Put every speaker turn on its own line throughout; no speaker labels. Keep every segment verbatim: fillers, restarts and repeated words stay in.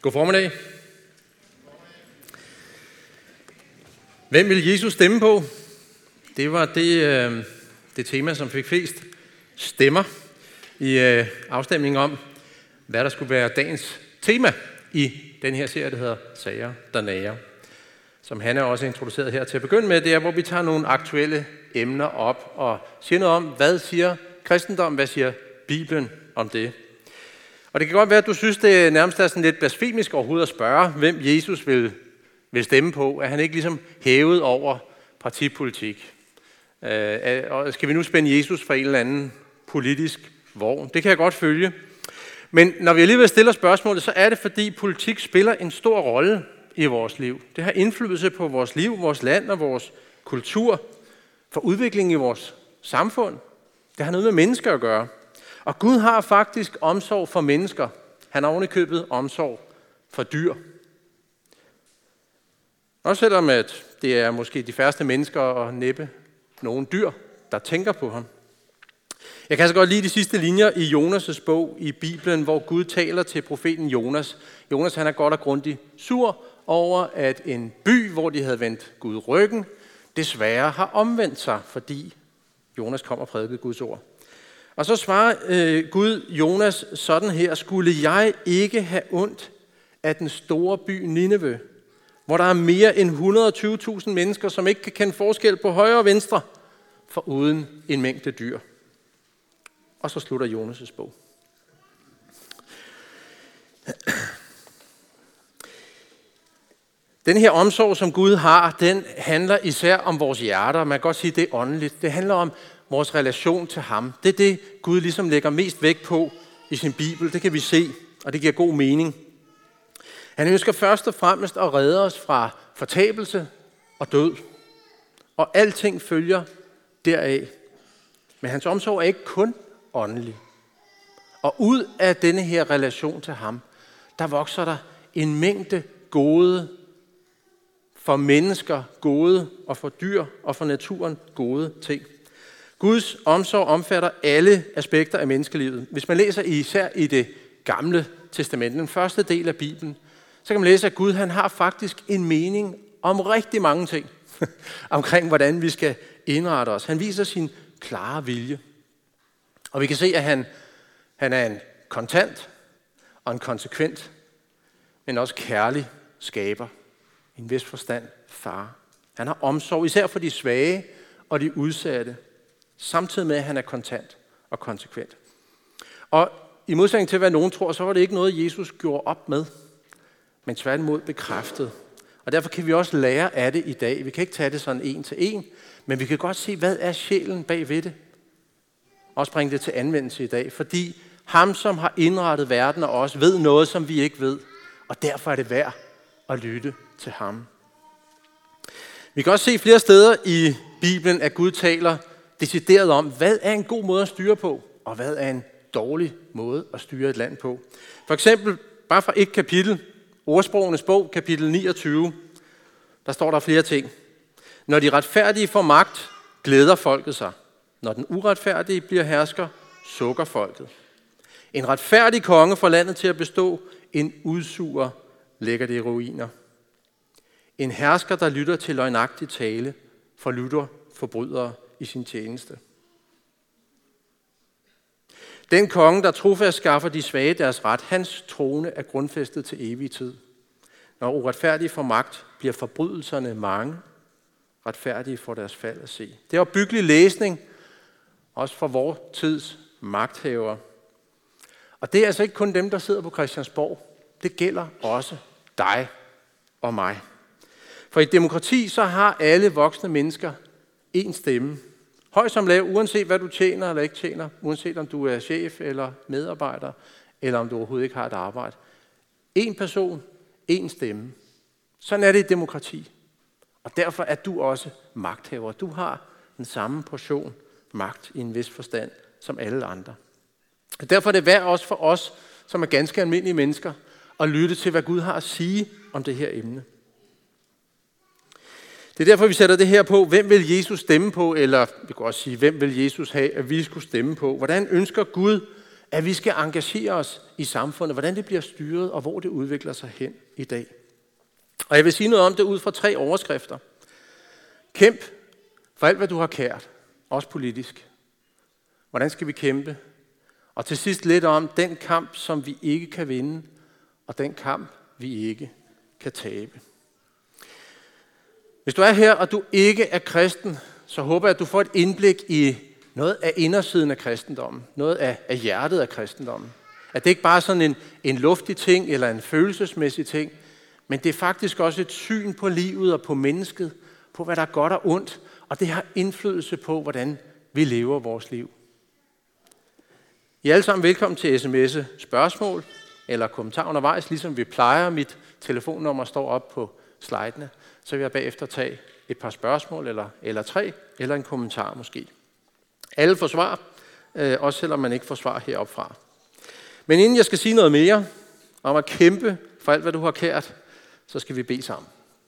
God formiddag. Hvem vil Jesus stemme på? Det var det, det tema, som fik flest stemmer i afstemningen om, hvad der skulle være dagens tema i den her serie, der hedder Sager, der nager. Som han er også introduceret her til at begynde med, det er, hvor vi tager nogle aktuelle emner op og siger noget om, hvad siger kristendom, hvad siger Bibelen om det. Og det kan godt være, at du synes, det nærmest er sådan lidt blasfemisk overhovedet at spørge, hvem Jesus vil, vil stemme på. Er han ikke ligesom hævet over partipolitik? Øh, og skal vi nu spænde Jesus for en eller anden politisk vogn? Det kan jeg godt følge. Men når vi alligevel stiller spørgsmålet, så er det, fordi politik spiller en stor rolle i vores liv. Det har indflydelse på vores liv, vores land og vores kultur, for udviklingen i vores samfund. Det har noget med mennesker at gøre. Og Gud har faktisk omsorg for mennesker. Han har ovenikøbet omsorg for dyr. Også selvom at det er måske de færreste mennesker og næppe nogle dyr, der tænker på ham. Jeg kan så godt lide de sidste linjer i Jonas' bog i Bibelen, hvor Gud taler til profeten Jonas. Jonas han er godt og grundigt sur over, at en by, hvor de havde vendt Gud ryggen, desværre har omvendt sig, fordi Jonas kom og prædikede Guds ord. Og så svarer øh, Gud Jonas sådan her: skulle jeg ikke have ondt af den store by Nineve, hvor der er mere end et hundrede og tyve tusind mennesker, som ikke kan kende forskel på højre og venstre, for uden en mængde dyr. Og så slutter Jonas' bog. Den her omsorg, som Gud har, den handler især om vores hjerter. Man kan godt sige, at det er åndeligt. Det handler om vores relation til ham. Det er det, Gud ligesom lægger mest vægt på i sin Bibel. Det kan vi se, og det giver god mening. Han ønsker først og fremmest at redde os fra fortabelse og død. Og alting følger deraf. Men hans omsorg er ikke kun åndelig. Og ud af denne her relation til ham, der vokser der en mængde gode, for mennesker gode, og for dyr og for naturen gode ting. Guds omsorg omfatter alle aspekter af menneskelivet. Hvis man læser især i det gamle testamente, den første del af Bibelen, så kan man læse, at Gud han har faktisk en mening om rigtig mange ting, omkring hvordan vi skal indrette os. Han viser sin klare vilje. Og vi kan se, at han, han er en kontant og en konsekvent, men også kærlig skaber. I en vis forstand far. Han har omsorg især for de svage og de udsatte, samtidig med, at han er kontant og konsekvent. Og i modsætning til, hvad nogen tror, så var det ikke noget, Jesus gjorde op med, men tværtimod bekræftet. Og derfor kan vi også lære af det i dag. Vi kan ikke tage det sådan en til en, men vi kan godt se, hvad er sjælen bag ved det. Også bringe det til anvendelse i dag, fordi ham, som har indrettet verden og os, ved noget, som vi ikke ved. Og derfor er det værd at lytte til ham. Vi kan også se flere steder i Bibelen, at Gud taler decideret om, hvad er en god måde at styre på, og hvad er en dårlig måde at styre et land på. For eksempel, bare fra et kapitel, Ordsprogenes bog, kapitel niogtyve, der står der flere ting. Når de retfærdige får magt, glæder folket sig. Når den uretfærdige bliver hersker, sukker folket. En retfærdig konge får landet til at bestå, en udsuger lægger det i ruiner. En hersker, der lytter til løgnagtig tale, forlytter forbrydere i sin tjeneste. Den konge, der trofast skaffer de svage deres ret, hans trone er grundfæstet til evig tid. Når uretfærdige får magt, bliver forbrydelserne mange. Retfærdige får deres fald at se. Det er opbyggelig læsning, også for vores tids magthavere. Og det er altså ikke kun dem, der sidder på Christiansborg. Det gælder også dig og mig. For i et demokrati, så har alle voksne mennesker én stemme. Høj som lav, uanset hvad du tjener eller ikke tjener. Uanset om du er chef eller medarbejder, eller om du overhovedet ikke har et arbejde. En person, én stemme. Sådan er det i et demokrati. Og derfor er du også magthaver. Du har den samme portion magt i en vis forstand som alle andre. Og derfor er det værd også for os, som er ganske almindelige mennesker, at lytte til, hvad Gud har at sige om det her emne. Det er derfor, vi sætter det her på. Hvem vil Jesus stemme på? Eller vi kan også sige, hvem vil Jesus have, at vi skulle stemme på? Hvordan ønsker Gud, at vi skal engagere os i samfundet, hvordan det bliver styret, og hvor det udvikler sig hen i dag. Og jeg vil sige noget om det ud fra tre overskrifter. Kæmp for alt, hvad du har kært, også politisk. Hvordan skal vi kæmpe? Og til sidst lidt om den kamp, som vi ikke kan vinde, og den kamp, vi ikke kan tabe. Hvis du er her, og du ikke er kristen, så håber jeg, at du får et indblik i noget af indersiden af kristendommen. Noget af, af hjertet af kristendommen. At det ikke bare er sådan en, en luftig ting, eller en følelsesmæssig ting, men det er faktisk også et syn på livet og på mennesket, på hvad der er godt og ondt, og det har indflydelse på, hvordan vi lever vores liv. I er alle sammen velkommen til sms'e spørgsmål eller kommentarer undervejs, ligesom vi plejer. Mit telefonnummer står op på slidene, så vil jeg bagefter tage et par spørgsmål, eller, eller tre, eller en kommentar måske. Alle får svar, øh, også selvom man ikke får svar heroppe fra. Men inden jeg skal sige noget mere om at kæmpe for alt, hvad du har kært, så skal vi bede sammen.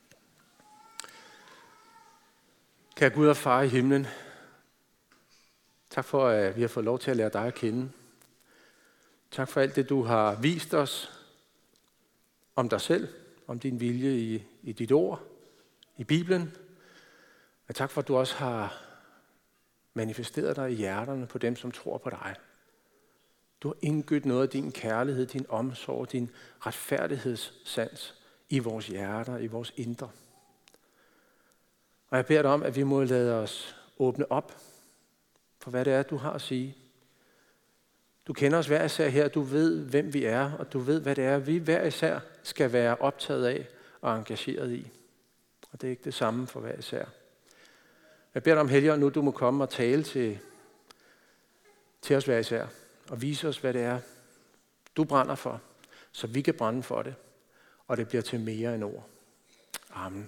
Kære Gud og Far i himlen, tak for, at vi har fået lov til at lære dig at kende. Tak for alt det, du har vist os om dig selv, om din vilje i, i dit ord, i Bibelen. Og tak for, at du også har manifesteret dig i hjerterne på dem, som tror på dig. Du har indgødt noget af din kærlighed, din omsorg, din retfærdighedssans i vores hjerter, i vores indre. Og jeg beder dig om, at vi må lade os åbne op for, hvad det er, du har at sige. Du kender os hver især her, du ved, hvem vi er, og du ved, hvad det er, vi hver især skal være optaget af og engageret i. Og det er ikke det samme for hver især. Jeg beder dig om, Helligånd, nu du må komme og tale til, til os hver især, og vise os, hvad det er, du brænder for, så vi kan brænde for det, og det bliver til mere end ord. Amen.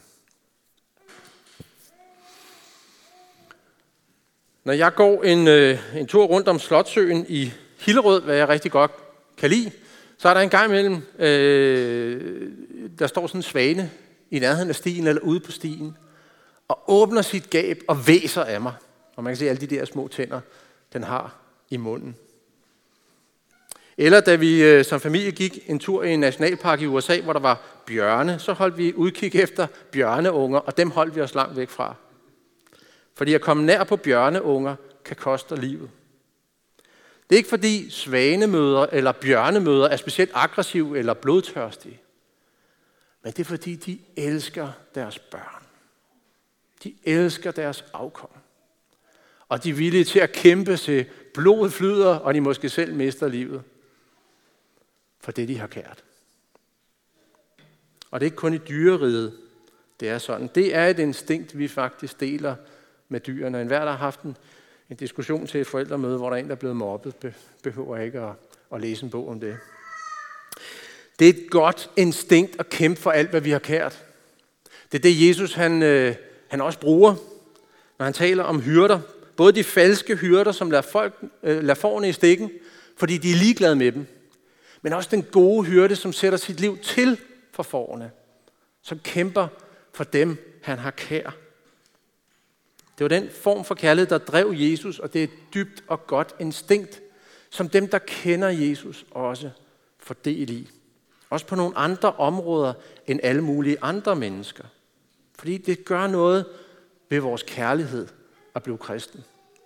Når jeg går en, øh, en tur rundt om Slotssøen i Hillerød, hvad jeg rigtig godt kan lide, så er der en gang imellem, øh, der står sådan en svane i nærheden af stien eller ude på stien, og åbner sit gab og væser af mig. Og man kan se alle de der små tænder, den har i munden. Eller da vi øh, som familie gik en tur i en nationalpark i U S A, hvor der var bjørne, så holdt vi udkig efter bjørneunger, og dem holdt vi os langt væk fra. Fordi at komme nær på bjørneunger kan koste livet. Det er ikke fordi svanemøder eller bjørnemøder er specielt aggressive eller blodtørstige. Men det er fordi de elsker deres børn. De elsker deres afkom. Og de er villige til at kæmpe til blodet flyder, og de måske selv mister livet. For det de har kært. Og det er ikke kun i dyreriget, det er sådan. Det er et instinkt, vi faktisk deler med dyrene. En hver, der har haft en, en diskussion til et forældremøde, hvor der er en, der er blevet mobbet, behøver ikke at, at læse en bog om det. Det er et godt instinkt at kæmpe for alt, hvad vi har kært. Det er det, Jesus han, øh, han også bruger, når han taler om hyrder. Både de falske hyrder, som lader, folk, øh, lader fårene i stikken, fordi de er ligeglade med dem. Men også den gode hyrde, som sætter sit liv til for fårene. Som kæmper for dem, han har kær. Det var den form for kærlighed, der drev Jesus, og det er et dybt og godt instinkt, som dem, der kender Jesus, også får del i. Også på nogle andre områder end alle mulige andre mennesker. Fordi det gør noget ved vores kærlighed at blive kristen.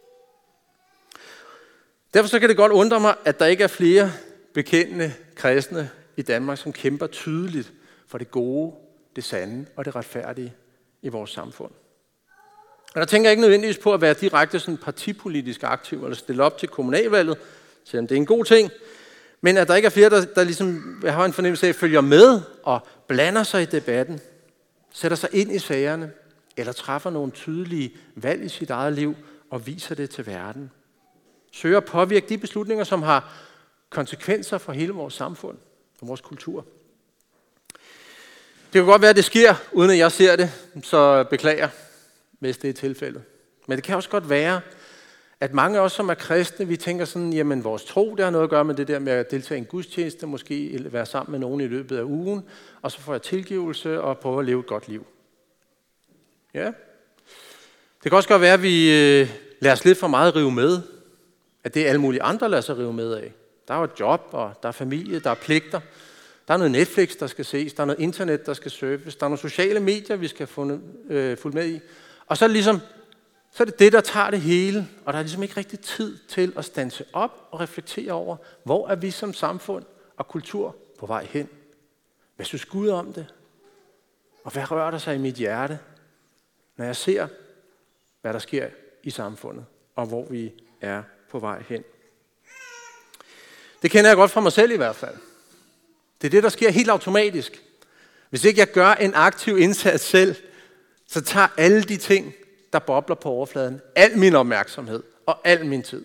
Derfor så kan det godt undre mig, at der ikke er flere bekendende kristne i Danmark, som kæmper tydeligt for det gode, det sande og det retfærdige i vores samfund. Og der tænker jeg ikke nødvendigvis på at være direkte sådan partipolitisk aktiv eller stille op til kommunalvalget, selvom det er en god ting, men at der ikke er flere, der, der ligesom har en fornemmelse af, følger med og blander sig i debatten, sætter sig ind i sagerne, eller træffer nogle tydelige valg i sit eget liv og viser det til verden. Søger at påvirke de beslutninger, som har konsekvenser for hele vores samfund og vores kultur. Det kan godt være, at det sker, uden at jeg ser det, så beklager, hvis det er tilfældet. Men det kan også godt være, at mange af os, som er kristne, vi tænker sådan, jamen vores tro, det har noget at gøre med det der med at deltage i en gudstjeneste, måske være sammen med nogen i løbet af ugen, og så får jeg tilgivelse og prøve at leve et godt liv. Ja. Det kan også godt være, at vi lader os lidt for meget rive med, at det er alle mulige andre lader sig rive med af. Der er jo et job, og der er familie, der er pligter. Der er noget Netflix, der skal ses, der er noget internet, der skal surfes, der er nogle sociale medier, vi skal få øh, fulgt med i. Og så er det ligesom, så er det det, der tager det hele, og der er ligesom ikke rigtig tid til at standse op og reflektere over, hvor er vi som samfund og kultur på vej hen? Hvad synes Gud om det? Og hvad rører der sig i mit hjerte, når jeg ser, hvad der sker i samfundet, og hvor vi er på vej hen? Det kender jeg godt fra mig selv i hvert fald. Det er det, der sker helt automatisk. Hvis ikke jeg gør en aktiv indsats selv, så tager alle de ting, der bobler på overfladen, al min opmærksomhed og al min tid.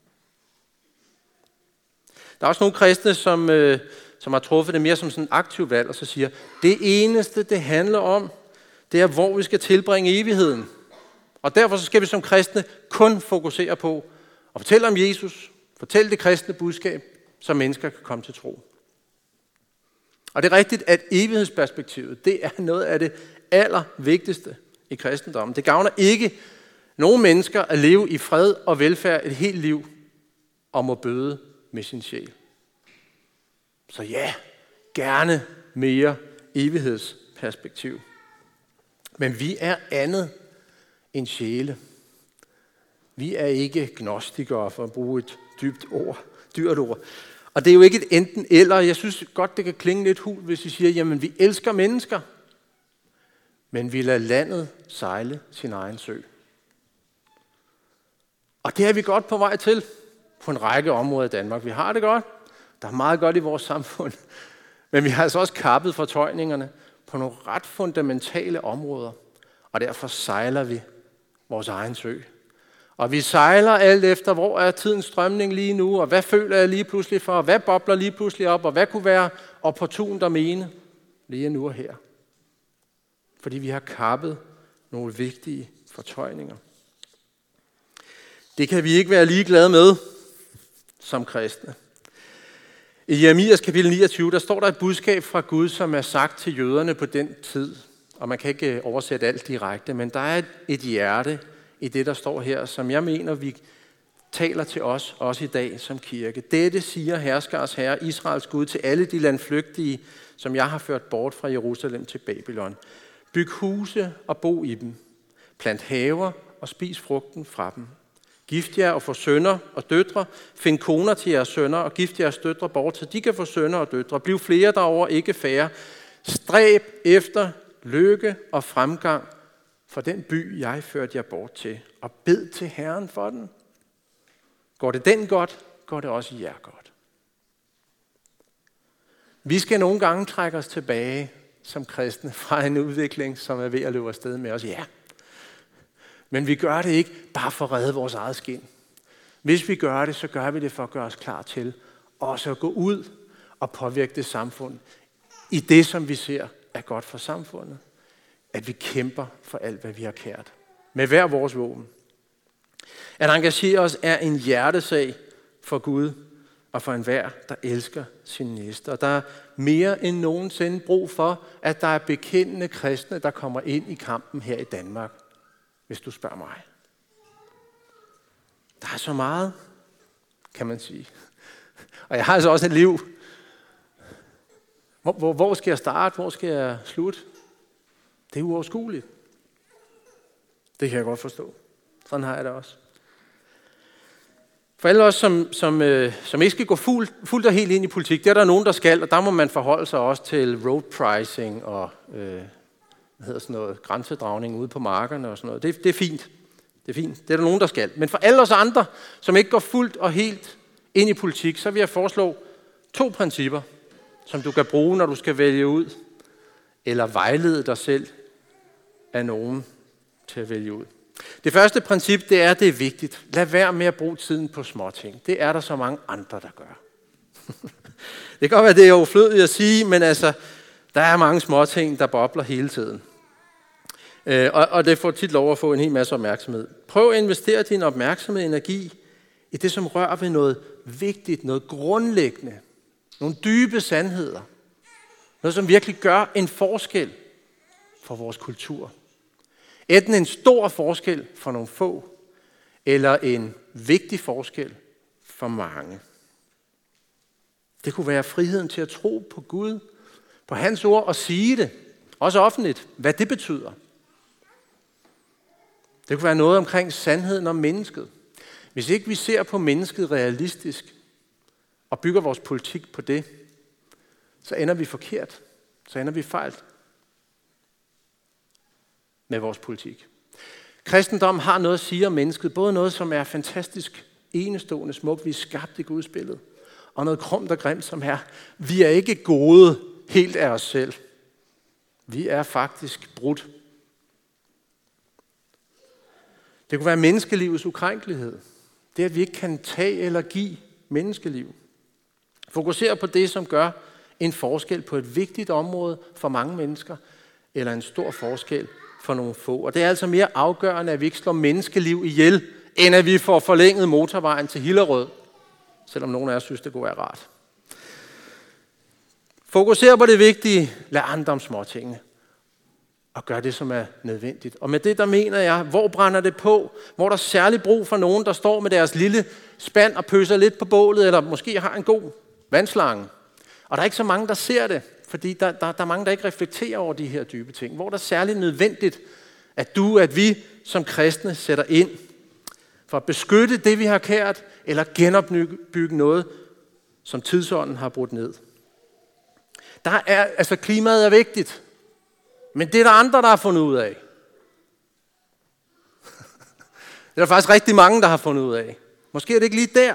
Der er også nogle kristne, som, øh, som har truffet det mere som sådan en aktiv valg, og så siger, det eneste, det handler om, det er, hvor vi skal tilbringe evigheden. Og derfor så skal vi som kristne kun fokusere på at fortælle om Jesus, fortælle det kristne budskab, så mennesker kan komme til tro. Og det er rigtigt, at evighedsperspektivet, det er noget af det allervigtigste i kristendommen. Det gavner ikke nogen mennesker at leve i fred og velfærd et helt liv og må bøde med sin sjæl. Så ja, gerne mere evighedsperspektiv. Men vi er andet end sjæle. Vi er ikke gnostikere, for at bruge et dybt ord, dyrt ord. Og det er jo ikke et enten eller. Jeg synes godt, det kan klinge lidt hul, hvis vi siger, jamen vi elsker mennesker, men vi lader landet sejle sin egen sø. Og det er vi godt på vej til på en række områder i Danmark. Vi har det godt. Der er meget godt i vores samfund. Men vi har altså også kappet fortøjningerne på nogle ret fundamentale områder. Og derfor sejler vi vores egen sø. Og vi sejler alt efter, hvor er tidens strømning lige nu, og hvad føler jeg lige pludselig for, og hvad bobler lige pludselig op, og hvad kunne være opportunt at mene lige nu og her. Fordi vi har kappet nogle vigtige fortøjninger. Det kan vi ikke være ligeglade med som kristne. I Jeremias kapitel niogtyve, der står der et budskab fra Gud, som er sagt til jøderne på den tid. Og man kan ikke oversætte alt direkte, men der er et hjerte i det, der står her, som jeg mener, vi taler til os, også i dag som kirke. Dette siger herskers herre, Israels Gud, til alle de landflygtige, som jeg har ført bort fra Jerusalem til Babylon. Byg huse og bo i dem. Plant haver og spis frugten fra dem. Gift jer og få sønner og døtre. Find koner til jeres sønner og gift jeres døtre bort, så de kan få sønner og døtre. Bliv flere derover, ikke færre. Stræb efter lykke og fremgang for den by, jeg førte jer bort til, og bed til Herren for den. Går det den godt, går det også jer godt. Vi skal nogle gange trække os tilbage som kristne fra en udvikling, som er ved at løbe afsted med os. Ja, men vi gør det ikke bare for at redde vores eget skind. Hvis vi gør det, så gør vi det for at gøre os klar til også at gå ud og påvirke det samfund i det, som vi ser er godt for samfundet. At vi kæmper for alt, hvad vi har kært. Med hver vores våben. At engagere os er en hjertesag for Gud og for enhver, der elsker sin næste. Og der er mere end nogensinde brug for, at der er bekendende kristne, der kommer ind i kampen her i Danmark, hvis du spørger mig. Der er så meget, kan man sige. Og jeg har altså også et liv. Hvor, hvor, hvor skal jeg starte? Hvor skal jeg slutte? Det er uoverskueligt. Det kan jeg godt forstå. Sådan har jeg det også. For alle os, som, som, øh, som ikke skal gå fuldt, fuldt og helt ind i politik, det er der nogen, der skal, og der må man forholde sig også til road pricing og øh, hvad hedder sådan noget, grænsedragning ude på markerne og sådan noget. Det, det er fint. Det er fint. Det er der nogen, der skal. Men for alle os andre, som ikke går fuldt og helt ind i politik, så vil jeg foreslå to principper, som du kan bruge, når du skal vælge ud, eller vejlede dig selv af nogen til at vælge ud. Det første princip, det er, det er vigtigt. Lad være med at bruge tiden på småting. Det er der så mange andre, der gør. Det kan godt være, det er overflødigt at sige, men altså, der er mange småting, der bobler hele tiden. Øh, og, og det får tit lov at få en hel masse opmærksomhed. Prøv at investere din opmærksomhed og energi i det, som rører ved noget vigtigt, noget grundlæggende, nogle dybe sandheder. Noget, som virkelig gør en forskel for vores kultur. Enten en stor forskel for nogle få, eller en vigtig forskel for mange. Det kunne være friheden til at tro på Gud, på hans ord og sige det, også offentligt, hvad det betyder. Det kunne være noget omkring sandheden om mennesket. Hvis ikke vi ser på mennesket realistisk og bygger vores politik på det, så ender vi forkert. Så ender vi fejl med vores politik. Kristendom har noget at sige om mennesket, både noget, som er fantastisk, enestående, smukt, vi er skabt i Guds billede, og noget kromt og grimt, som er, vi er ikke gode helt af os selv. Vi er faktisk brudt. Det kunne være menneskelivets ukrænkelighed. Det, at vi ikke kan tage eller give menneskeliv. Fokusere på det, som gør en forskel på et vigtigt område for mange mennesker, eller en stor forskel for nogle få. Og det er altså mere afgørende, at vi ikke slår menneskeliv ihjel, end at vi får forlænget motorvejen til Hillerød, selvom nogen af os synes, det kunne være rart. Fokuser på det vigtige, lad andre om småtingene, og gør det, som er nødvendigt. Og med det, der mener jeg, hvor brænder det på? Hvor er der særlig brug for nogen, der står med deres lille spand og pøser lidt på bålet, eller måske har en god vandslange. Og der er ikke så mange, der ser det, fordi der, der, der er mange, der ikke reflekterer over de her dybe ting. Hvor er der særligt nødvendigt, at du, at vi som kristne sætter ind for at beskytte det, vi har kært, eller genopbygge noget, som tidsånden har brudt ned. Der er, altså klimaet er vigtigt, men det er der andre, der har fundet ud af. Det er der faktisk rigtig mange, der har fundet ud af. Måske er det ikke lige der.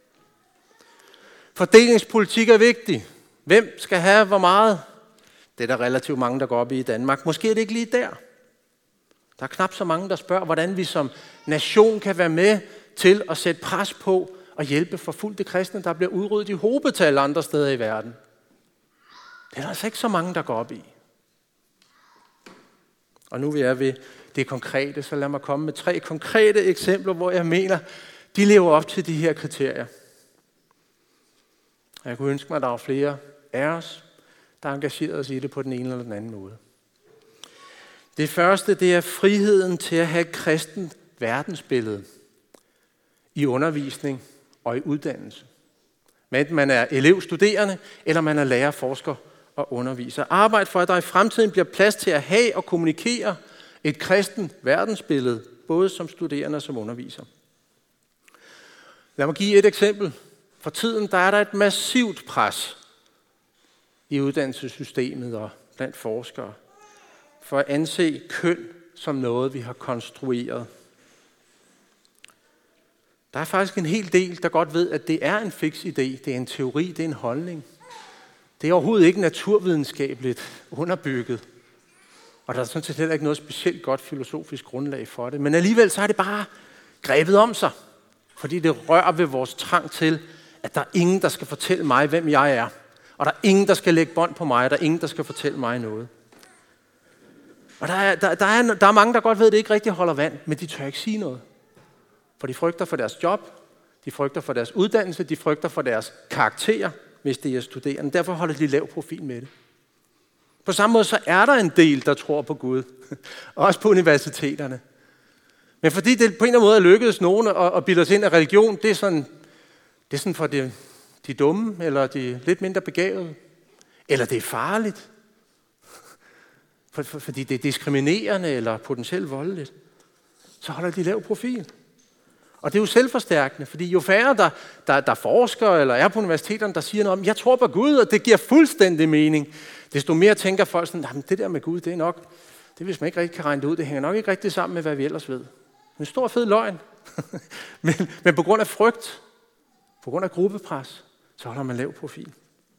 Fordelingspolitik er vigtig. Hvem skal have hvor meget? Det er der relativt mange, der går op i i Danmark. Måske er det ikke lige der. Der er knap så mange, der spørger, hvordan vi som nation kan være med til at sætte pres på og hjælpe forfulgte kristne, der bliver udryddet i hobetal andre steder i verden. Det er der altså ikke så mange, der går op i. Og nu vil jeg ved det konkrete, så lad mig komme med tre konkrete eksempler, hvor jeg mener, de lever op til de her kriterier. Jeg kunne ønske mig, at der var flere af os, der engagerede os i det på den ene eller den anden måde. Det første, det er friheden til at have et kristent verdensbillede i undervisning og i uddannelse. Men man er elev, studerende, eller man er lærer, forsker og underviser. Arbejd for, at der i fremtiden bliver plads til at have og kommunikere et kristent verdensbillede, både som studerende og som underviser. Lad mig give et eksempel. For tiden der er der et massivt pres i uddannelsessystemet og blandt forskere for at anse køn som noget, vi har konstrueret. Der er faktisk en hel del, der godt ved, at det er en fiks idé, det er en teori, det er en holdning. Det er overhovedet ikke naturvidenskabeligt underbygget, og der er sådan set heller ikke noget specielt godt filosofisk grundlag for det. Men alligevel så er det bare grebet om sig, fordi det rører ved vores trang til, at der er ingen, der skal fortælle mig, hvem jeg er. Og der er ingen, der skal lægge bånd på mig, og der er ingen, der skal fortælle mig noget. Og der er, der, der, er, der er mange, der godt ved, at det ikke rigtig holder vand, men de tør ikke sige noget. For de frygter for deres job, de frygter for deres uddannelse, de frygter for deres karakterer, hvis det er studerende. Derfor holder de lav profil med det. På samme måde så er der en del, der tror på Gud. Også på universiteterne. Men fordi det på en eller anden måde er lykkedes nogen at, at bilde os ind, at religion, det er sådan, det er sådan for de, de dumme, eller de lidt mindre begavede. Eller det er farligt. For, for, fordi det er diskriminerende eller potentielt voldeligt. Så holder de lav profil. Og det er jo selvforstærkende, fordi jo færre, der, der, der forsker eller er på universiteterne, der siger noget om, jeg tror på Gud, og det giver fuldstændig mening, desto mere tænker folk sådan, det der med Gud, det er nok, det hvis man ikke rigtig kan regne det ud, det hænger nok ikke rigtig sammen med, hvad vi ellers ved. En stor fed løgn. men, men på grund af frygt, på grund af gruppepres, så holder man lav profil.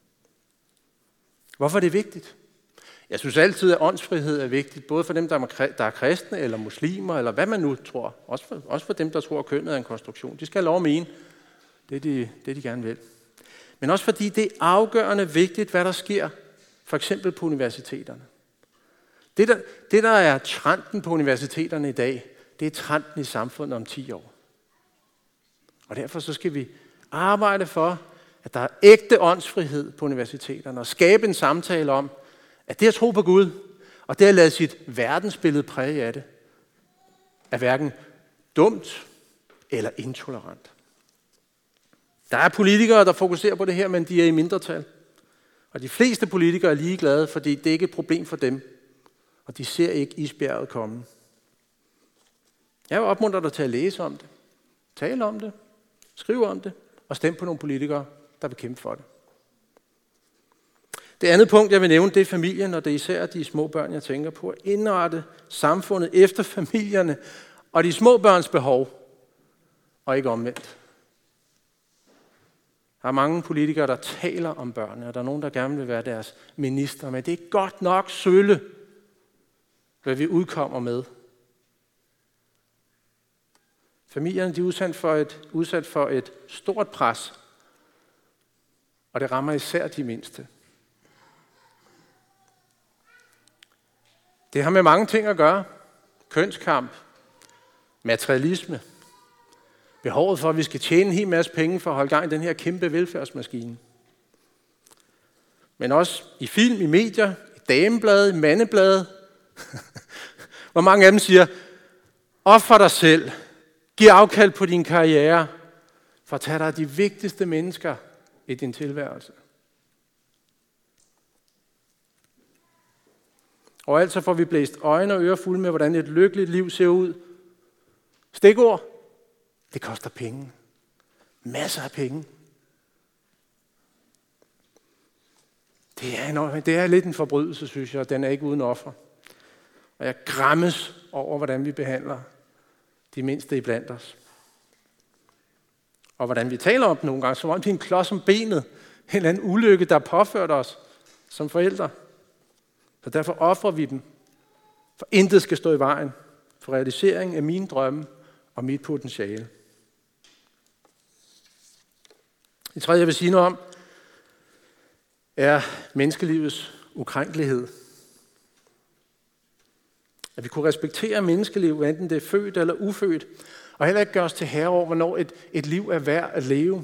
Hvorfor er det vigtigt? Jeg synes altid, at åndsfrihed er vigtigt, både for dem, der er kristne, eller muslimer, eller hvad man nu tror. Også for, også for dem, der tror, at kønnet er en konstruktion. De skal have lov at mene. Det er de, det, de gerne vil. Men også fordi det er afgørende vigtigt, hvad der sker, for eksempel på universiteterne. Det der, det, der er trenden på universiteterne i dag, det er trenden i samfundet om ti år. Og derfor så skal vi arbejde for, at der er ægte åndsfrihed på universiteterne, og skabe en samtale om, at det at tro på Gud, og det at lade sit verdensbillede præge af det, er hverken dumt eller intolerant. Der er politikere, der fokuserer på det her, men de er i mindretal. Og de fleste politikere er ligeglade, fordi det ikke er et problem for dem. Og de ser ikke isbjerget komme. Jeg vil opmuntre dig til at læse om det, tale om det, skrive om det, og stemme på nogle politikere, der vil kæmpe for det. Det andet punkt, jeg vil nævne, det er familien, og det er især de små børn, jeg tænker på. At indrette samfundet efter familierne og de små børns behov, og ikke omvendt. Der er mange politikere, der taler om børnene, og der er nogen, der gerne vil være deres minister, men det er godt nok sølle, hvad vi udkommer med. Familierne de er udsat for, et, udsat for et stort pres, og det rammer især de mindste. Det har med mange ting at gøre. Kønskamp, materialisme, behovet for, at vi skal tjene en hel masse penge for at holde gang i den her kæmpe velfærdsmaskine. Men også i film, i medier, i dameblade, i mandeblade. Hvor mange af dem siger, offer dig selv, giv afkald på din karriere, for at tage dig af de vigtigste mennesker i din tilværelse. Og altså får vi blæst øjne og ører fulde med, hvordan et lykkeligt liv ser ud. Stikord. Det koster penge. Masser af penge. Det er, en, det er lidt en forbrydelse, synes jeg, og den er ikke uden offer. Og jeg græmmes over, hvordan vi behandler de mindste iblandt os. Og hvordan vi taler om dem nogle gange, som om det er en klods om benet. En eller anden ulykke, der er påført os som forældre. Så derfor offrer vi dem. For intet skal stå i vejen for realisering af mine drømme og mit potentiale. Det tredje, jeg vil sige noget om, er menneskelivets ukrænkelighed. At vi kunne respektere menneskeliv, enten det er født eller ufødt, og heller ikke gøre os til herre over, hvornår et, et liv er værd at leve.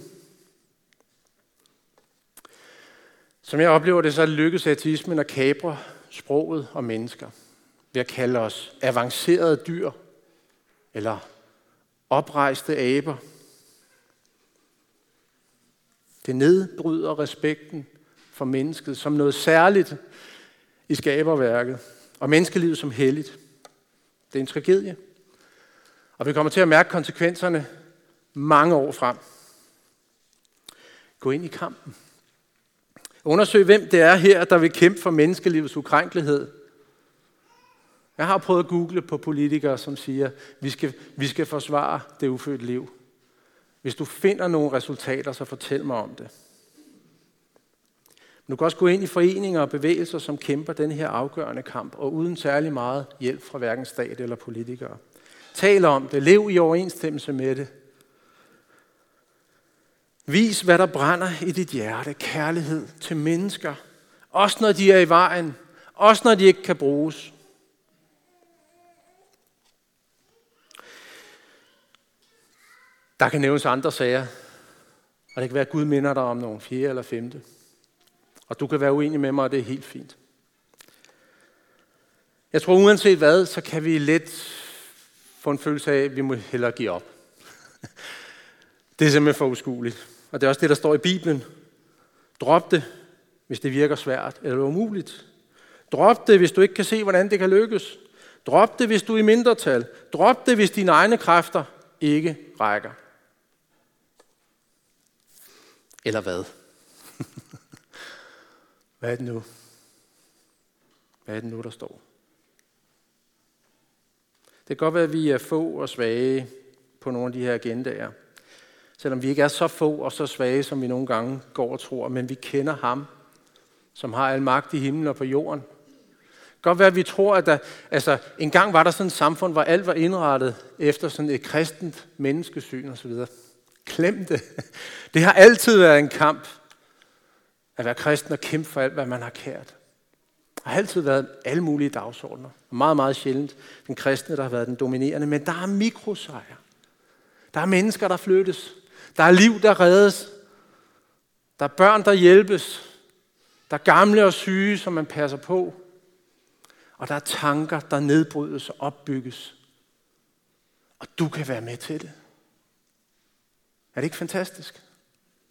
Som jeg oplever det, så er det lykkedes ateismen at kapre sproget og mennesker ved at kalde os avancerede dyr eller oprejste aber. Det nedbryder respekten for mennesket som noget særligt i skaberværket, og menneskelivet som helligt. Det er en tragedie, og vi kommer til at mærke konsekvenserne mange år frem. Gå ind i kampen. Undersøg, hvem det er her, der vil kæmpe for menneskelivets ukrænkelighed. Jeg har prøvet at google på politikere, som siger, vi skal, vi skal forsvare det ufødte liv. Hvis du finder nogle resultater, så fortæl mig om det. Du kan også gå ind i foreninger og bevægelser, som kæmper den her afgørende kamp, og uden særlig meget hjælp fra hverken stat eller politikere. Tal om det. Lev i overensstemmelse med det. Vis, hvad der brænder i dit hjerte. Kærlighed til mennesker. Også når de er i vejen. Også når de ikke kan bruges. Der kan nævnes andre sager. Og det kan være, at Gud minder dig om nogle fjerde eller femte. Og du kan være uenig med mig, og det er helt fint. Jeg tror, uanset hvad, så kan vi let få en følelse af, at vi må hellere give op. Det er simpelthen for uskueligt. Og det er også det, der står i Bibelen. Drop det, hvis det virker svært eller umuligt. Drop det, hvis du ikke kan se, hvordan det kan lykkes. Drop det, hvis du er i mindretal. Drop det, hvis dine egne kræfter ikke rækker. Eller hvad? Hvad er det nu? Hvad er det nu, der står? Det kan godt være, at vi er få og svage på nogle af de her agendaer. Selvom vi ikke er så få og så svage, som vi nogle gange går og tror, men vi kender ham, som har al magt i himlen og på jorden. Det kan godt være, at vi tror, at der, altså, engang var der sådan et samfund, hvor alt var indrettet efter sådan et kristent menneskesyn osv. Glem det. Det har altid været en kamp at være kristen og kæmpe for alt, hvad man har kært. Der har altid været alle mulige dagsordner. Og meget, meget sjældent den kristne, der har været den dominerende. Men der er mikrosejre. Der er mennesker, der flyttes. Der er liv, der reddes. Der er børn, der hjælpes. Der er gamle og syge, som man passer på. Og der er tanker, der nedbrydes og opbygges. Og du kan være med til det. Er det ikke fantastisk?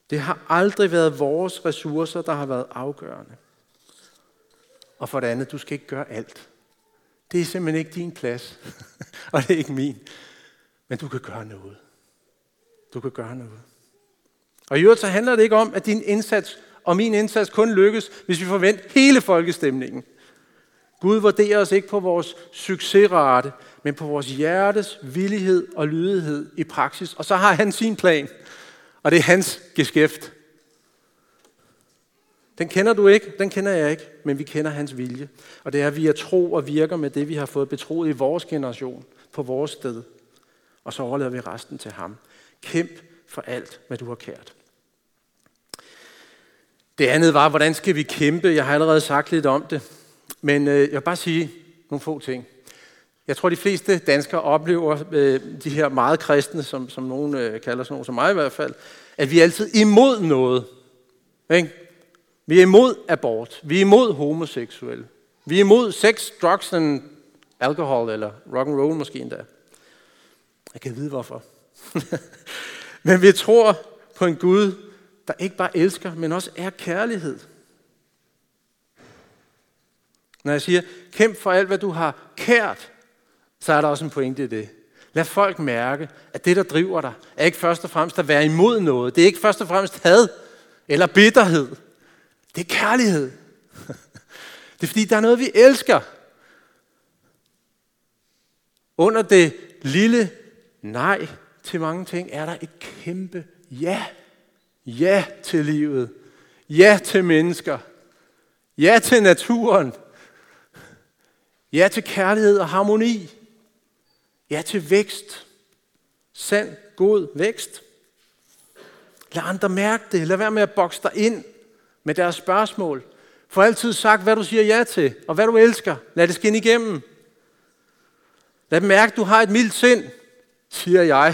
Det har aldrig været vores ressourcer, der har været afgørende. Og for det andet, du skal ikke gøre alt. Det er simpelthen ikke din plads, og det er ikke min. Men du kan gøre noget. Du kan gøre noget. Og i øvrigt så handler det ikke om, at din indsats og min indsats kun lykkes, hvis vi forventer hele folkestemningen. Gud vurderer os ikke på vores succesrate, men på vores hjertes villighed og lydighed i praksis. Og så har han sin plan, og det er hans geschæft. Den kender du ikke, den kender jeg ikke, men vi kender hans vilje. Og det er, at vi er tro og virker med det, vi har fået betroet i vores generation, på vores sted. Og så overlader vi resten til ham. Kæmp for alt, hvad du har kært. Det andet var, hvordan skal vi kæmpe? Jeg har allerede sagt lidt om det. Men øh, jeg vil bare sige nogle få ting. Jeg tror, de fleste danskere oplever, øh, de her meget kristne, som, som nogen øh, kalder sådan nogen, som mig i hvert fald, at vi er altid imod noget. Ikke? Vi er imod abort. Vi er imod homoseksuelle. Vi er imod sex, drugs and alcohol, eller rock and roll måske endda. Jeg kan vide hvorfor. Men vi tror på en Gud, der ikke bare elsker, men også er kærlighed. Når jeg siger, kæmp for alt, hvad du har kært, så er der også en pointe i det. Lad folk mærke, at det, der driver dig, er ikke først og fremmest at være imod noget. Det er ikke først og fremmest had eller bitterhed. Det er kærlighed. Det er fordi, der er noget, vi elsker. Under det lille nej til mange ting, er der et kæmpe ja. Ja til livet. Ja til mennesker. Ja til naturen. Ja til kærlighed og harmoni. Ja til vækst. Sand, god vækst. Lad andre mærke det. Lad være med at bokse dig ind med deres spørgsmål. Få altid sagt, hvad du siger ja til, og hvad du elsker. Lad det skinne igennem. Lad dem mærke, at du har et mildt sind, siger jeg.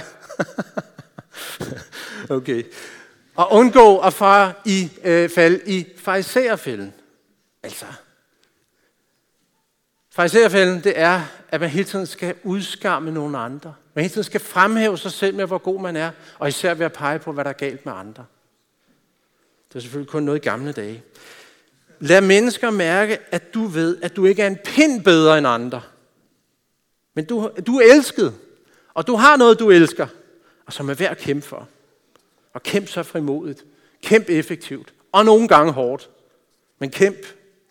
Okay. Og undgå at fare i, øh, falde i farisæerfælden. Altså, farisæerfælden, det er, at man hele tiden skal udskamme nogle andre. Man hele tiden skal fremhæve sig selv med, hvor god man er, og især ved at pege på, hvad der er galt med andre. Det er selvfølgelig kun noget i gamle dage. Lad mennesker mærke, at du ved, at du ikke er en pind bedre end andre. Men du, du er elsket, og du har noget, du elsker, og som er værd at kæmpe for. Og kæmp så frimodigt. Kæmp effektivt. Og nogle gange hårdt. Men kæmp.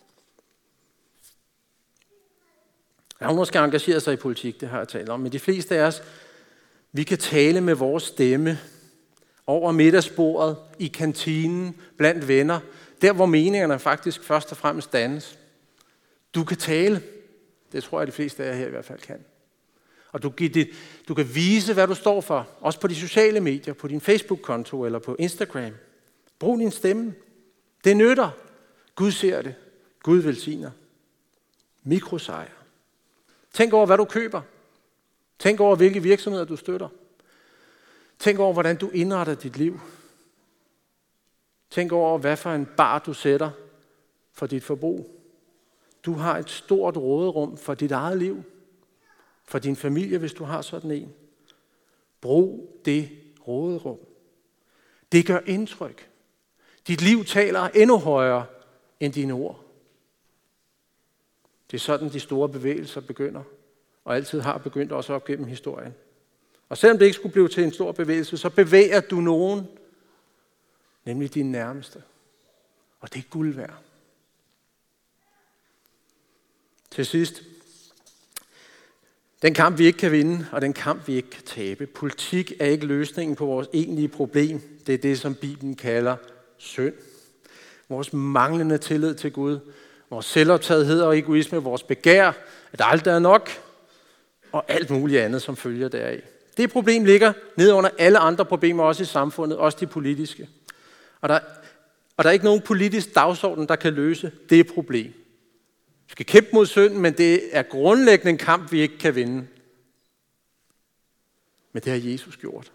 Jeg har måske engageret sig i politik, det har jeg talt om. Men de fleste af os, vi kan tale med vores stemme over middagsbordet, i kantinen, blandt venner. Der, hvor meningerne faktisk først og fremmest dannes. Du kan tale. Det tror jeg, de fleste af jer her i hvert fald kan. Og du, dit, du kan vise, hvad du står for. Også på de sociale medier, på din Facebook-konto eller på Instagram. Brug din stemme. Det nytter. Gud ser det. Gud velsigner. Mikrosejr. Tænk over, hvad du køber. Tænk over, hvilke virksomheder du støtter. Tænk over, hvordan du indretter dit liv. Tænk over, hvad for en bar du sætter for dit forbrug. Du har et stort råderum for dit eget liv. For din familie, hvis du har sådan en. Brug det råderum. Det gør indtryk. Dit liv taler endnu højere end dine ord. Det er sådan, de store bevægelser begynder. Og altid har begyndt også op gennem historien. Og selvom det ikke skulle blive til en stor bevægelse, så bevæger du nogen, nemlig din nærmeste. Og det er guld værd. Til sidst. Den kamp, vi ikke kan vinde, og den kamp, vi ikke kan tabe. Politik er ikke løsningen på vores egentlige problem. Det er det, som Bibelen kalder synd. Vores manglende tillid til Gud, vores selvoptagethed og egoisme, vores begær, at der aldrig er nok, og alt muligt andet, som følger deraf. Det problem ligger ned under alle andre problemer, også i samfundet, også de politiske. Og der, og der er ikke nogen politisk dagsorden, der kan løse det problem. Vi skal kæmpe mod synden, men det er grundlæggende en kamp, vi ikke kan vinde. Men det har Jesus gjort.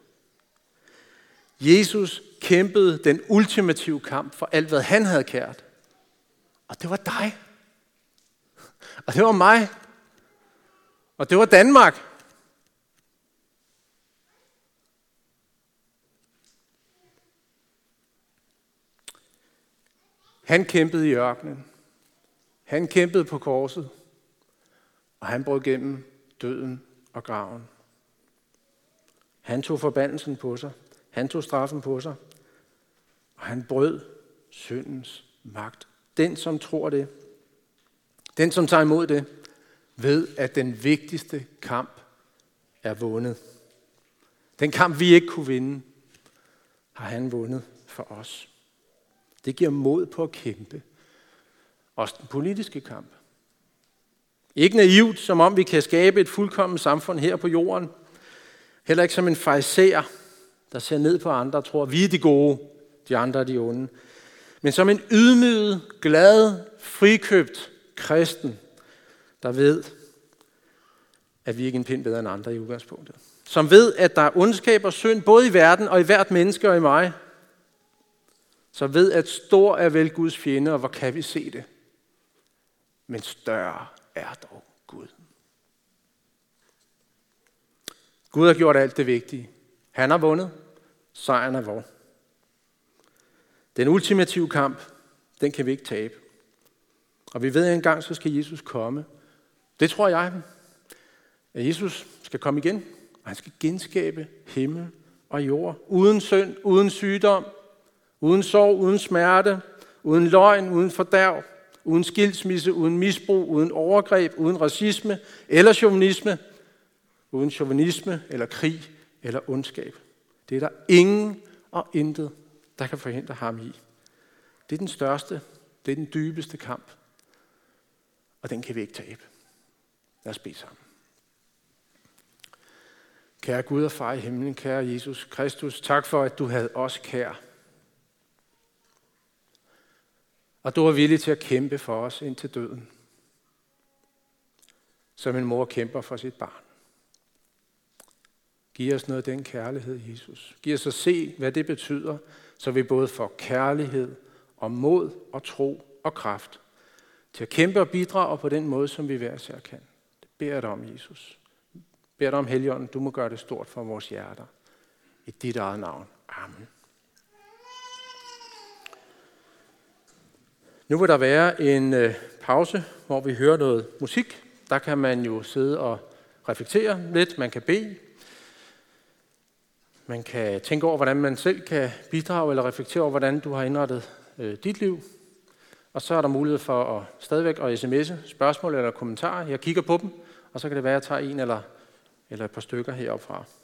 Jesus kæmpede den ultimative kamp for alt, hvad han havde kært. Og det var dig. Og det var mig. Og det var Danmark. Han kæmpede i ørkenen. Han kæmpede på korset. Og han brød gennem døden og graven. Han tog forbandelsen på sig. Han tog straffen på sig. Og han brød syndens magt. Den, som tror det, den, som tager imod det, ved, at den vigtigste kamp er vundet. Den kamp, vi ikke kunne vinde, har han vundet for os. Det giver mod på at kæmpe. Også den politiske kamp. Ikke naivt, som om vi kan skabe et fuldkomment samfund her på jorden. Heller ikke som en farisæer, der ser ned på andre og tror, vi er de gode, de andre er de onde. Men som en ydmyget, glad, frikøbt kristen, der ved, at vi ikke er en pind bedre end andre i udgangspunktet. Som ved, at der er ondskab og synd, både i verden og i hvert menneske og i mig. Som ved, at stor er vel Guds fjende, og hvor kan vi se det? Men større er dog Gud. Gud har gjort alt det vigtige. Han har vundet. Sejren er vor. Den ultimative kamp, den kan vi ikke tabe. Og vi ved, at en gang så skal Jesus komme. Det tror jeg, at Jesus skal komme igen. Og han skal genskabe himmel og jord. Uden synd, uden sygdom, uden sorg, uden smerte, uden løgn, uden fordærv, uden skilsmisse, uden misbrug, uden overgreb, uden racisme eller chauvinisme, uden chauvinisme eller krig eller ondskab. Det er der ingen og intet, der kan forhindre ham i. Det er den største, det er den dybeste kamp, og den kan vi ikke tabe. Lad os bede sammen. Kære Gud og far i himlen, kære Jesus Kristus, tak for, at du havde os kær. Og du var villig til at kæmpe for os indtil døden. Som en mor kæmper for sit barn. Giv os noget af den kærlighed, Jesus. Giv os at se, hvad det betyder, så vi både får kærlighed og mod og tro og kraft til at kæmpe og bidrage på den måde, som vi hver især kan. Det beder jeg dig om, Jesus. Jeg beder dig om, Helligånden, du må gøre det stort for vores hjerter. I dit eget navn. Amen. Nu vil der være en øh, pause, hvor vi hører noget musik. Der kan man jo sidde og reflektere lidt. Man kan bede. Man kan tænke over, hvordan man selv kan bidrage eller reflektere over, hvordan du har indrettet øh, dit liv. Og så er der mulighed for at stadigvæk at sms'e spørgsmål eller kommentarer. Jeg kigger på dem, og så kan det være, at jeg tager en eller, eller et par stykker heroppe fra.